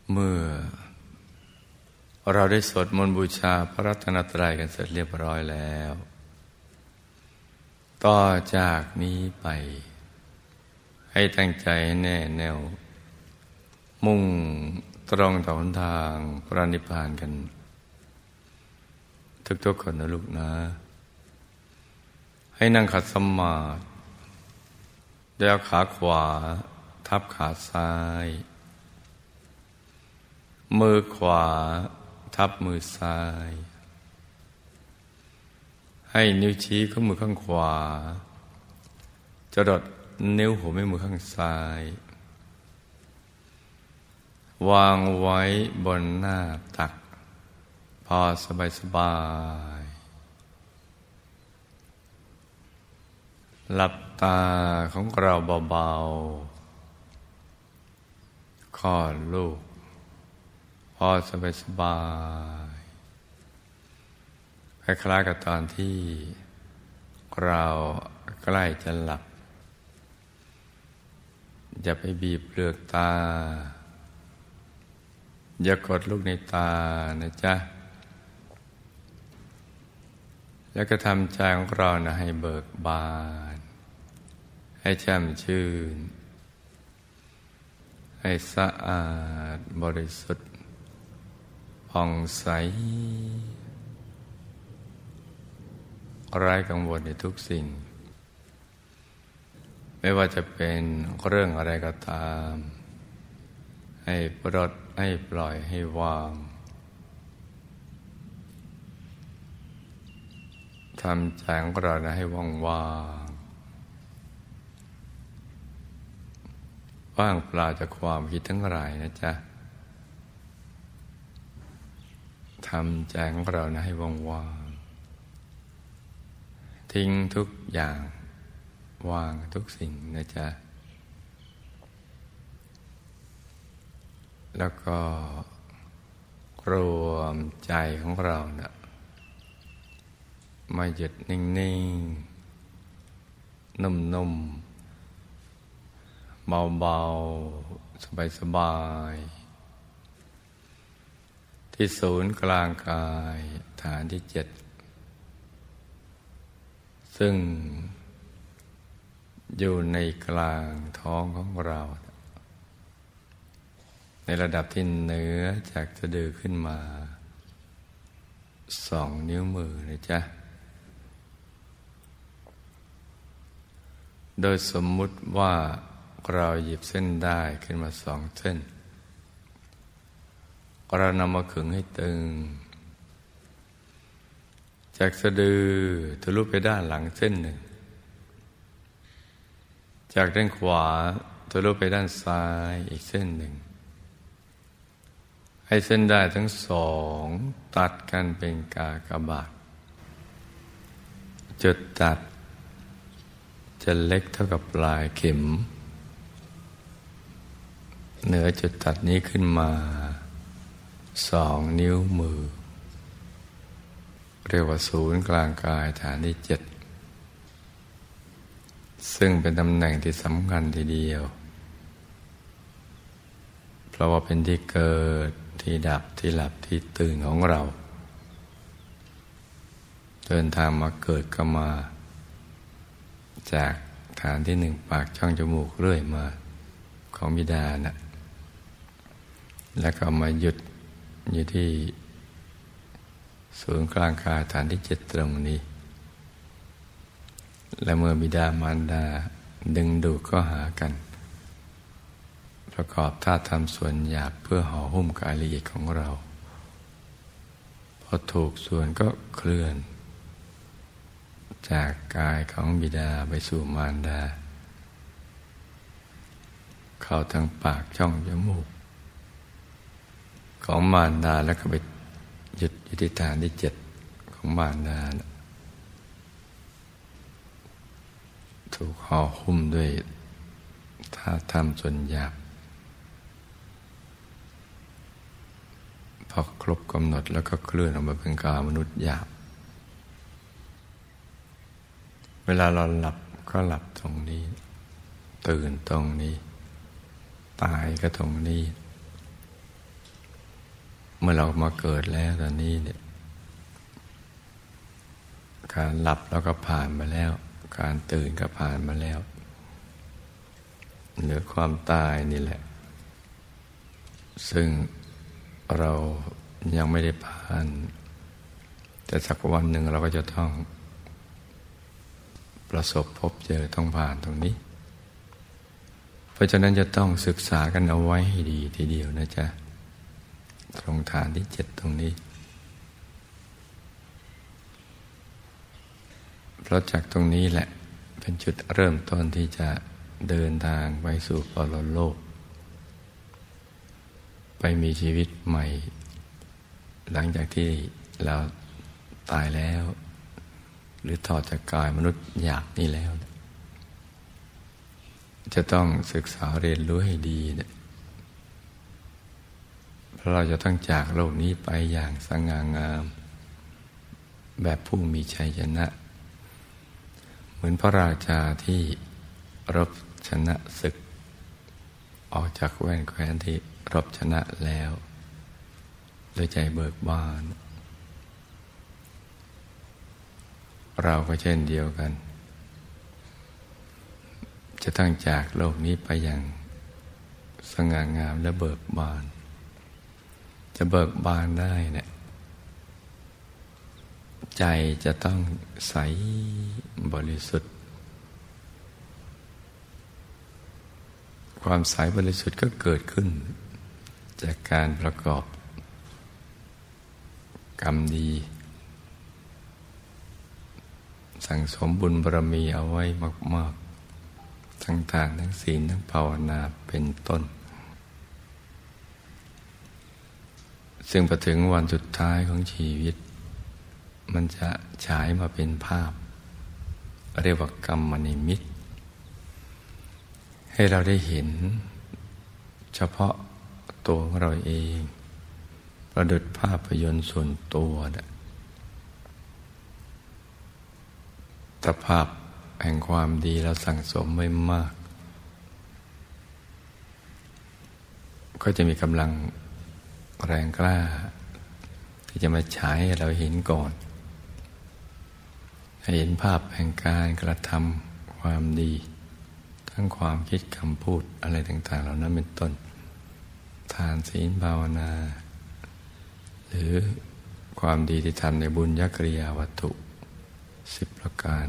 เมื่อเราได้สวดมนต์บูชาพระรัตนตรัยกันเสร็จเรียบร้อยแล้วต่อจากนี้ไปให้ตั้งใจแน่แน่วมุ่งตรงต่อหนทางพระนิพพานกันทุกๆคนนะลูกนะให้นั่งขัดสมาธิโดยเอาขาขวาทับขาซ้ายมือขวาทับมือซ้ายให้นิ้วชี้ของมือข้างขวาจรดนิ้วหัวแม่มือข้างซ้ายวางไว้บนหน้าตักพอสบายๆหลับตาของเราเบาๆคลอดลูกพอสบายๆคล้ายๆกับตอนที่เราใกล้จะหลับอย่าไปบีบเปลือกตาอย่ากดลูกในตานะจ๊ะแล้วก็ทำใจของเรานะให้เบิกบานให้แจ่มชื่นให้สะอาดบริสุทธิ์ผ่องใสไร้กังวลในทุกสิ่งไม่ว่าจะเป็นเรื่องอะไรก็ตามให้ปลดให้ปล่อยให้วางทำใจของเรานะให้ว่างว่างเปล่าจากความคิดทั้งหลายนะจ๊ะทำใจของเรานะให้ว่างทิ้งทุกอย่างวางทุกสิ่งนะจ๊ะแล้วก็รวมใจของเรานะมาหยุดนิ่งๆนุ่มๆเบาๆสบายๆที่ศูนย์กลางกายฐานที่7ซึ่งอยู่ในกลางท้องของเราในระดับที่เหนือจากสะดือขึ้นมา2 นิ้วมือนะจ๊ะโดยสมมุติว่าเราหยิบเส้นได้ขึ้นมา2 เส้นเรานำมาขึงให้ตึงจากสะดือทะลุไปด้านหลังเส้นหนึ่งจากด้านขวาทะลุไปด้านซ้ายอีกเส้นหนึ่งให้เส้นได้ทั้ง2ตัดกันเป็นกากบาทจุดตัดจะเล็กเท่ากับปลายเข็มเหนือจุดตัดนี้ขึ้นมา2 นิ้วมือเรียกว่าศูนย์กลางกายฐานที่7ซึ่งเป็นตำแหน่งที่สำคัญทีเดียวเพราะว่าเป็นที่เกิดที่ดับที่หลับที่ตื่นของเราเดินทางมาเกิดก็มาจากฐานที่1ปากช่องจมูกเรื่อยมาของบิดานะแล้วก็มาหยุดอยู่ที่ศูนย์กลางกายฐานที่7ตรงนี้และเมื่อบิดามารดาดึงดูดก็หากันประกอบท่าทำส่วนหยาบเพื่อห่อหุ้มกายละเอียดของเราพอถูกส่วนก็เคลื่อนจากกายของบิดาไปสู่มารดาเข้าทางปากช่องจมูกของมารดาแล้วก็ไปหยุดอยู่ที่ฐานที่7ของมารดาถูกห่อหุ้มด้วยท่าทำส่วนหยาบพอครบกำหนดแล้วก็เคลื่อนออกมาเป็นกายมนุษย์หยาบเวลาเราหลับก็หลับตรงนี้ตื่นตรงนี้ตายก็ตรงนี้เมื่อเรามาเกิดแล้วตอนนี้เนี่ยการหลับแล้วก็ผ่านมาแล้วการตื่นก็ผ่านมาแล้วเหลือความตายนี่แหละซึ่งเรายังไม่ได้ผ่านแต่สักวันหนึ่งเราก็จะต้องประสบพบเจอต้องผ่านตรงนี้เพราะฉะนั้นจะต้องศึกษากันเอาไว้ให้ดีทีเดียวนะจ๊ะตรงฐานที่7ตรงนี้เพราะจากตรงนี้แหละเป็นจุดเริ่มต้นที่จะเดินทางไปสู่ปรโลกไปมีชีวิตใหม่หลังจากที่เราตายแล้วหรือถอดจากกายมนุษย์หยาบนี้แล้วจะต้องศึกษาเรียนรู้ให้ดีเพราะเราจะต้องจากโลกนี้ไปอย่างสง่างามแบบผู้มีชัยชนะเหมือนพระราชาที่รบชนะศึกออกจากแว่นแคว้นที่รบชนะแล้วด้วยใจเบิกบานเราก็เช่นเดียวกันจะต้องจากโลกนี้ไปอย่างสง่างามและเบิกบานจะเบิกบานได้เนี่ยใจจะต้องใสบริสุทธิ์ความใสบริสุทธิ์ก็เกิดขึ้นจากการประกอบกรรมดีสั่งสมบุญบารมีเอาไว้มากๆทั้งทานทั้งศีลทั้งภาวนาเป็นต้นซึ่งพอถึงวันสุดท้ายของชีวิตมันจะฉายมาเป็นภาพเรียกว่ากรรมนิมิตให้เราได้เห็นเฉพาะตัวของเราเองประดุจภาพยนตร์ส่วนตัวแต่ภาพแห่งความดีเราสั่งสมไว้มากก็จะมีกำลังแรงกล้าที่จะมาฉายให้เราเห็นก่อนให้เห็นภาพแห่งการกระทำความดีทั้งความคิดคำพูดอะไรต่างๆเหล่านั้นเป็นต้นทานศีลภาวนาหรือความดีที่ทำในบุญญกริยาวัตถุ10 ประการ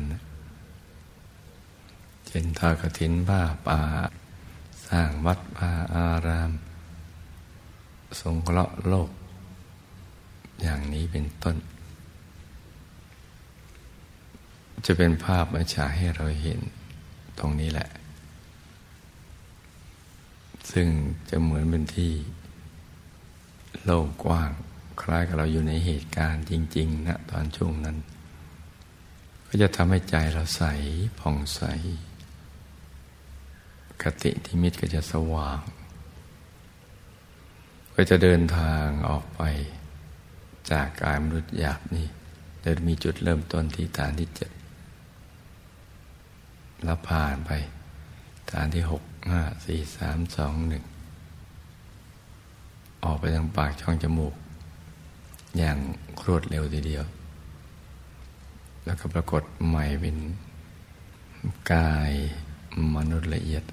เช่นทอดกฐินผ้าป่าสร้างวัดวาอารามสงเคราะห์โลกอย่างนี้เป็นต้นจะเป็นภาพมาฉายให้เราเห็นตรงนี้แหละซึ่งจะเหมือนเป็นที่โลกกว้างคล้ายกับเราอยู่ในเหตุการณ์จริงๆนะตอนช่วงนั้นก็จะทำให้ใจเราใสผ่องใสคตินิมิตก็จะสว่างก็จะเดินทางออกไปจากกายมนุษย์หยาบนี้โดยมีจุดเริ่มต้นที่ฐานที่ 7แล้วผ่านไปฐานที่ 6 5 4 3 2 1ออกไปทางปากช่องจมูกอย่างรวดเร็วทีเดียวแล้วก็ปรากฏใหม่เป็นกายมนุษย์ละเอียด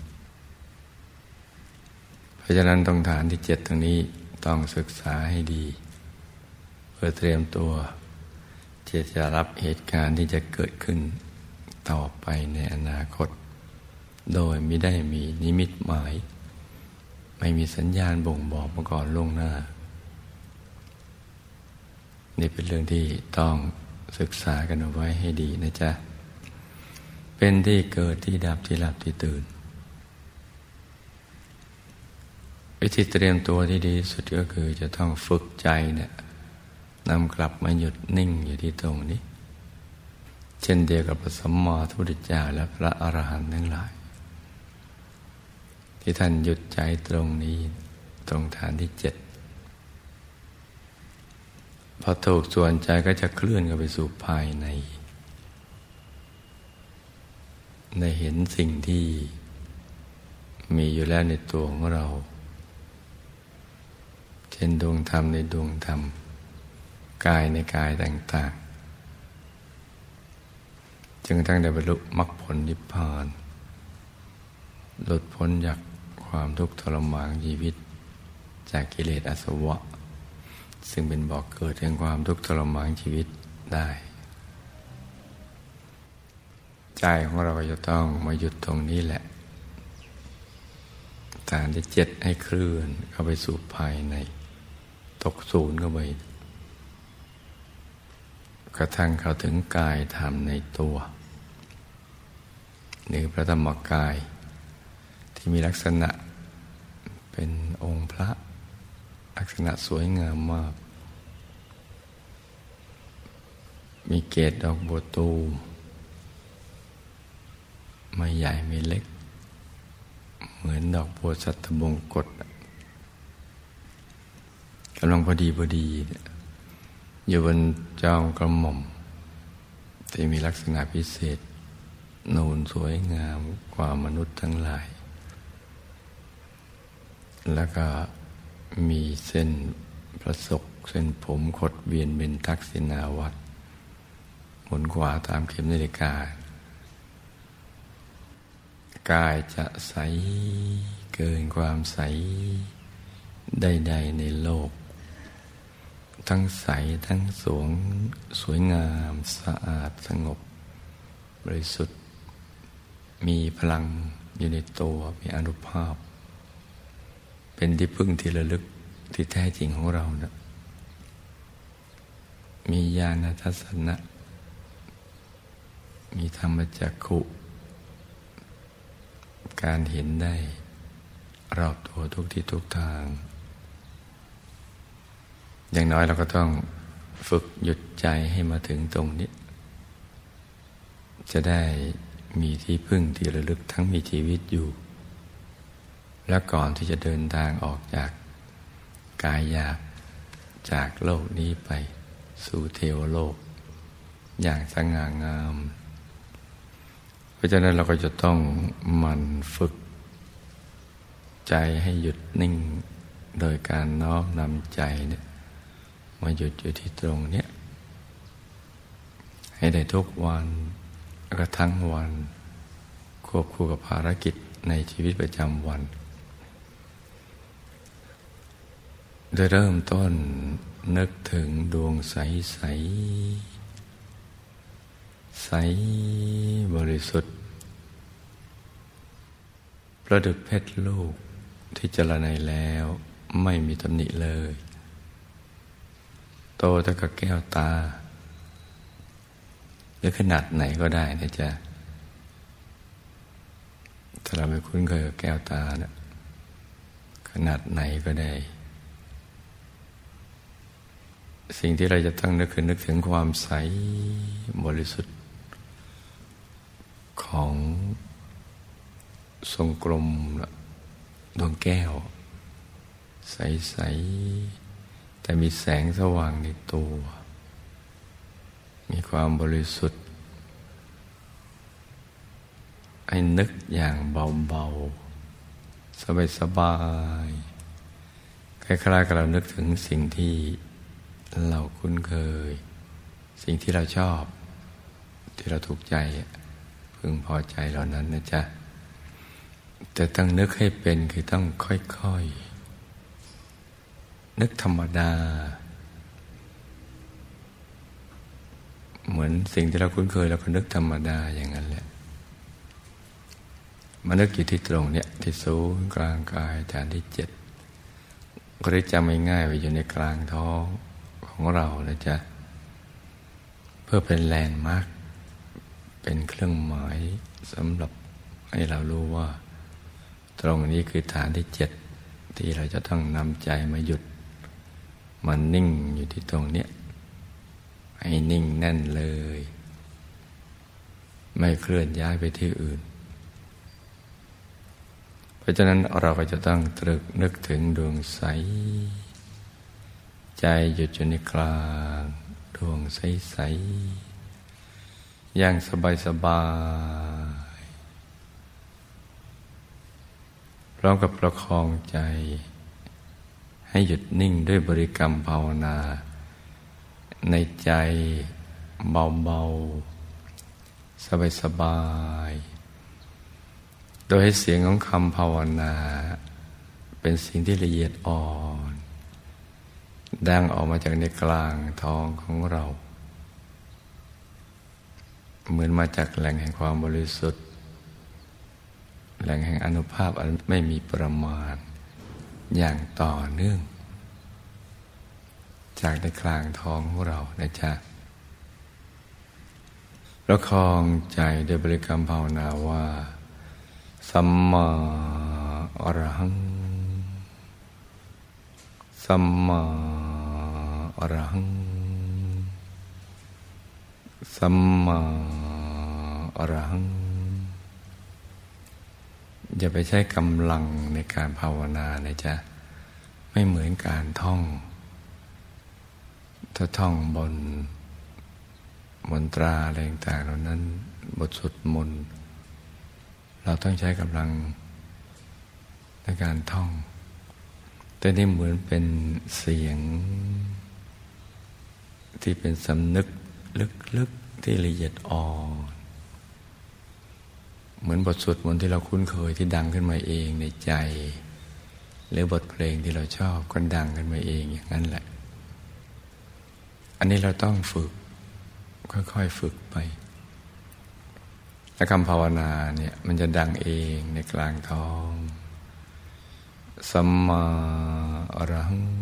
เพราะฉะนั้นตรงฐานที่ 7ตรงนี้ต้องศึกษาให้ดีเพื่อเตรียมตัวที่จะรับเหตุการณ์ที่จะเกิดขึ้นต่อไปในอนาคตโดยไม่ได้มีนิมิตหมายไม่มีสัญญาณบ่งบอกมาก่อนล่วงหน้านี่เป็นเรื่องที่ต้องศึกษากันเอาไว้ให้ดีนะจ๊ะเป็นที่เกิดที่ดับที่หลับที่ตื่นวิธีเตรียมตัวที่ดีสุดก็คือจะต้องฝึกใจเนี่ยนำกลับมาหยุดนิ่งอยู่ที่ตรงนี้เช่นเดียวกับพระสัมมาสัมพุทธเจ้าและพระอรหันต์ทั้งหลายที่ท่านหยุดใจตรงนี้ตรงฐานที่ 7พอถูกส่วนใจก็จะเคลื่อนกันไปสู่ภายในเห็นสิ่งที่มีอยู่แล้วในตัวของเราเช่นดวงธรรมในดวงธรรมกายในกายต่างๆจึงทั้งได้บรรลุมรรคผลนิพพานหลุดพ้นจากความทุกข์ทรมานชีวิตจากกิเลสอาสวะซึ่งเป็นบ่อกเกิดแห่งความทุกข์ทรมานชีวิตได้ใจของเราก็จะต้องมาหยุดตรงนี้แหละฐานที่7ให้เคลื่อนเข้าไปสู่ภายในตกศูนย์เข้าไปกระทั่งเข้าถึงกายธรรมในตัวนี่พระธรรมกายที่มีลักษณะเป็นองค์พระลักษณะสวยงามมากมีเกศดอกบัวตูมไม่ใหญ่ไม่เล็กเหมือนดอกบัวสัตบงกฎกำลังพอดีอยู่บนจอมกระหม่อมที่มีลักษณะพิเศษนูนสวยงามกว่ามนุษย์ทั้งหลายแล้วก็มีเส้นประศกเส้นผมขดเวียนเป็นทักษิณาวัตรหมุนขวาตามเข็มนาฬิกากายจะใสเกินความใสใดๆในโลกทั้งใสทั้งสวยงามสะอาดสงบบริสุทธิ์มีพลังอยู่ในตัวมีอานุภาพเป็นที่พึ่งที่ระลึกที่แท้จริงของเรานะมีญาณทัศนะมีธรรมจักขุการเห็นได้รอบตัวทุกที่ทุกทางอย่างน้อยเราก็ต้องฝึกหยุดใจให้มาถึงตรงนี้จะได้มีที่พึ่งที่ระลึกทั้งมีชีวิตอยู่และก่อนที่จะเดินทางออกจากกายหยาบจากโลกนี้ไปสู่เทวโลกอย่างสง่างามเพราะฉะนั้นเราก็จะต้องหมั่นฝึกใจให้หยุดนิ่งโดยการน้อมนำใจเนี่ยมาหยุดอยู่ที่ตรงเนี้ยให้ได้ทุกวันแล้วก็ทั้งวันควบคู่กับภารกิจในชีวิตประจำวันโดยเริ่มต้นนึกถึงดวงใสใสใสบริสุทธิ์ประดุจเพชรลูกที่เจริญแล้วไม่มีตำหนิเลยโตเท่ากับแก้วตาหรือขนาดไหนก็ได้นะจ๊ะถ้าเราไม่คุ้นเคยกับแก้วตานะขนาดไหนก็ได้สิ่งที่เราจะต้องนึกคือนึกถึงความใสบริสุทธิ์ของทรงกลมดวงแก้วใสๆแต่มีแสงสว่างในตัวมีความบริสุทธิ์ให้นึกอย่างเบาๆสบายๆคล้ายๆกับเรานึกถึงสิ่งที่เราคุ้นเคยสิ่งที่เราชอบที่เราถูกใจพึงพอใจเหล่านั้นนะจ๊ะแต่ต้องนึกให้เป็นคือต้องค่อยๆนึกธรรมดาเหมือนสิ่งที่เราคุ้นเคยเราก็นึกธรรมดาอย่างนั้นแหละมานึกอยู่ที่ตรงเนี้ยที่ศูนย์กลางกายฐานที่7ก็ได้จำง่ายๆไว้อยู่ในกลางท้องของเรานะจ๊ะเพื่อเป็นแลนด์มาร์คเป็นเครื่องหมายสำหรับให้เรารู้ว่าตรงนี้คือฐานที่7ที่เราจะต้องนำใจมาหยุดมันนิ่งอยู่ที่ตรงเนี้ยให้นิ่งแน่นเลยไม่เคลื่อนย้ายไปที่อื่นเพราะฉะนั้นเราก็จะต้องตรึกนึกถึงดวงใสใจหยุดอยู่ในกลางดวงใสๆอย่างสบายๆพร้อมกับประคองใจใให้หยุดนิ่งด้วยบริกรรมภาวนาในใจเบาๆสบายๆโดยให้เสียงของคำภาวนาเป็นสิ่งที่ละเอียดอ่อนดังออกมาจากในกลางท้องของเราเหมือนมาจากแหล่งแห่งความบริสุทธิ์แหล่งแห่งอานุภาพอันไม่มีประมาณอย่างต่อเนื่องจากในกลางท้องของเรานะจ๊ะประคองใจด้วยบริกรรมภาวนาว่าสัมมาอรหังสัมมาอรหังสัมมาอรหังอย่าไปใช้กำลังในการภาวนานะจ๊ะไม่เหมือนการท่องถ้าท่องบนมนตราอะไรต่างๆเหล่านั้นบทสวดมนต์เราต้องใช้กำลังในการท่องแต่นี่เหมือนเป็นเสียงที่เป็นสำนึกลึกๆที่ละเอียดอ่อนเหมือนบทสวดมนต์ที่เราคุ้นเคยที่ดังขึ้นมาเองในใจหรือบทเพลงที่เราชอบก็ดังขึ้นมาเองอย่างนั้นแหละอันนี้เราต้องฝึกค่อยๆฝึกไปและคำภาวนาเนี่ยมันจะดังเองในกลางท้องสัมมาอรหัง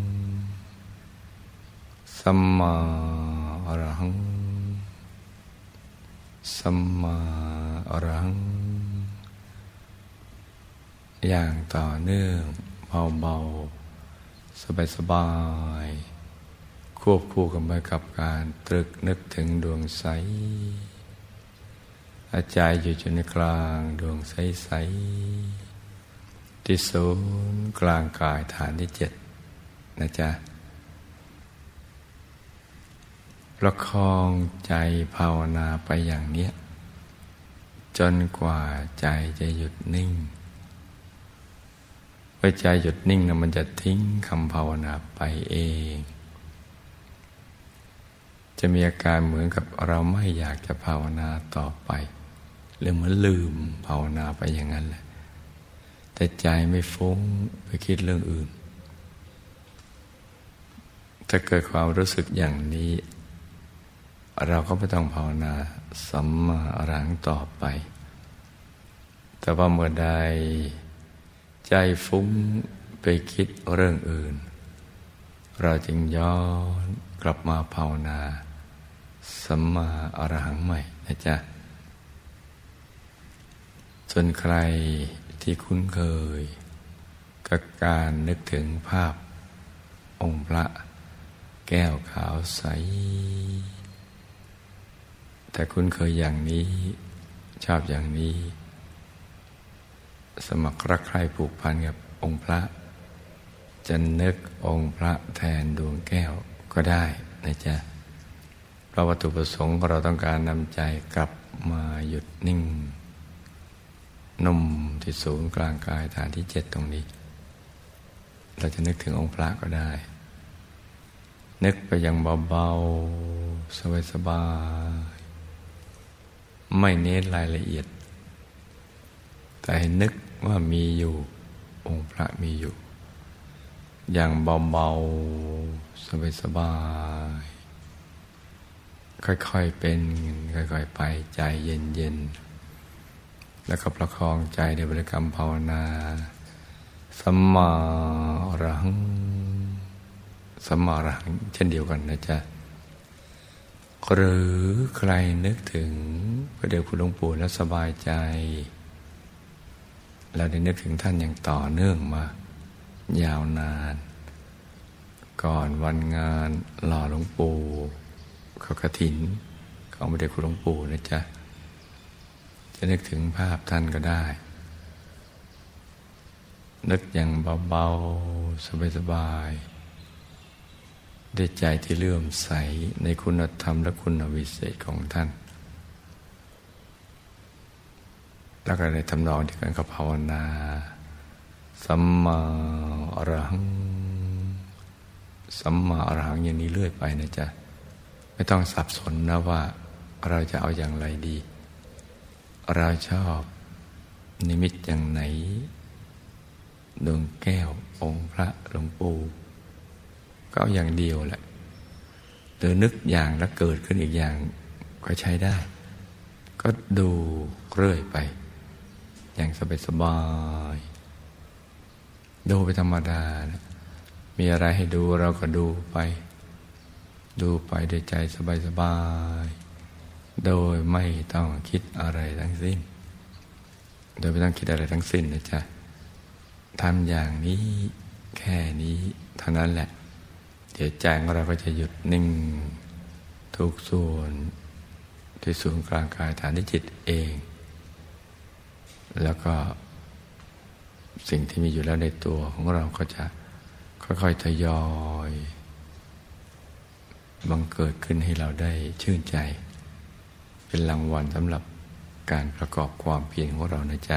สัมมาอรหังสัมมาอรหังอย่างต่อเนื่องเบาๆสบายๆควบคู่กันไปกับการตรึกนึกถึงดวงใสใจอยู่ในกลางดวงใสๆที่ศูนย์กลางกายฐานที่7นะจ๊ะประคองใจภาวนาไปอย่างเนี้ยจนกว่าใจจะหยุดนิ่งพอใจหยุดนิ่งนะมันจะทิ้งคำภาวนาไปเองจะมีอาการเหมือนกับเราไม่อยากจะภาวนาต่อไปหรือเหมือนลืมภาวนาไปอย่างนั้นแหละแต่ใจไม่ฟุ้งไปคิดเรื่องอื่นถ้าเกิดความรู้สึกอย่างนี้เราก็ไม่ต้องภาวนาสัมมาอรหังต่อไปแต่ว่าเมื่อใดใจฟุ้งไปคิดเรื่องอื่นเราจึงย้อนกลับมาภาวนาสัมมาอรหังใหม่นะจ๊ะส่วนใครที่คุ้นเคยกับการนึกถึงภาพองค์พระแก้วขาวใสแต่คุ้นเคยอย่างนี้ชอบอย่างนี้สมัครรักใคร่ผูกพันกับองค์พระจะนึกองค์พระแทนดวงแก้วก็ได้นะจ๊ะเพราะวัตถุประสงค์ของเราต้องการนำใจกลับมาหยุดนิ่งนุ่มที่ศูนย์กลางกายฐานที่7ตรงนี้เราจะนึกถึงองค์พระก็ได้นึกไปอย่างเบาๆสบายๆไม่เน้นรายละเอียดแต่ให้นึกว่ามีอยู่องค์พระมีอยู่อย่างเบาๆสบายๆค่อยๆเป็นค่อยๆไปใจเย็นๆแล้วก็ประคองใจในบริกรรมภาวนาสัมมาอรหังสัมมาอรหังเช่นเดียวกันนะจ๊ะหรือใครนึกถึงพระเดชคุณหลวงปู่แล้วสบายใจเราได้นึกถึงท่านอย่างต่อเนื่องมายาวนานก่อนวันงานหล่อหลวงปู่เขากฐินของพระเดชคุณหลวงปู่นะจ๊ะจะนึกถึงภาพท่านก็ได้นึกอย่างเบาๆสบายๆด้วยใจที่เลื่อมใสในคุณธรรมและคุณวิเศษของท่านแล้วก็ในทำนองที่การภาวนาสัมมาอรหังสัมมาอรหังอย่างนี้เรื่อยไปนะจ๊ะไม่ต้องสับสนนะว่าเราจะเอาอย่างไรดีเราชอบนิมิตอย่างไหนดวงแก้วองค์พระหลวงปู่ก็เอาอย่างเดียวแหละหรือนึกอย่างแล้วเกิดขึ้นอีกอย่างก็ใช้ได้ก็ดูเรื่อยไปอย่างสบายๆดูไปธรรมดานะมีอะไรให้ดูเราก็ดูไปด้วยใจสบายๆโดยไม่ต้องคิดอะไรทั้งสิ้นโดยไม่ต้องคิดอะไรทั้งสิ้นนะจ๊ะทำอย่างนี้แค่นี้เท่านั้นแหละเดี๋ยวใจของเราก็จะหยุดนิ่งทุกส่วนที่ศูนย์กลางกายฐานที่จิตเองแล้วก็สิ่งที่มีอยู่แล้วในตัวของเราก็จะค่อยๆทยอยบังเกิดขึ้นให้เราได้ชื่นใจเป็นรางวัลสำหรับการประกอบความเพียรของเรานะจ๊ะ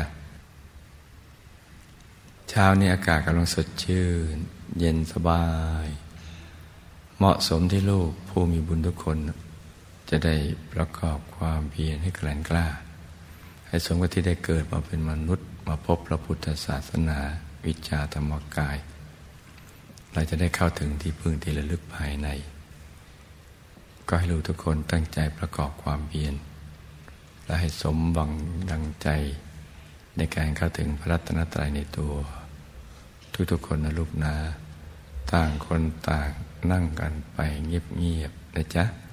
เช้านี้อากาศกำลังสดชื่นเย็นสบายเหมาะสมที่ลูกผู้มีบุญทุกคนจะได้ประกอบความเพียรให้แกร่งกล้าให้สมกับที่ได้เกิดมาเป็นมนุษย์มาพบพระพุทธศาสนาวิชาธรรมกายเราจะได้เข้าถึงที่พึ่งที่ระลึกภายในก็ให้ลูกทุกคนตั้งใจประกอบความเพียรและให้สมหวังดังใจในการเข้าถึงพระรัตนตรัยในตัวทุกๆคนนะลูกนะต่างคนต่างนั่งกันไปเงียบๆนะจ๊ะ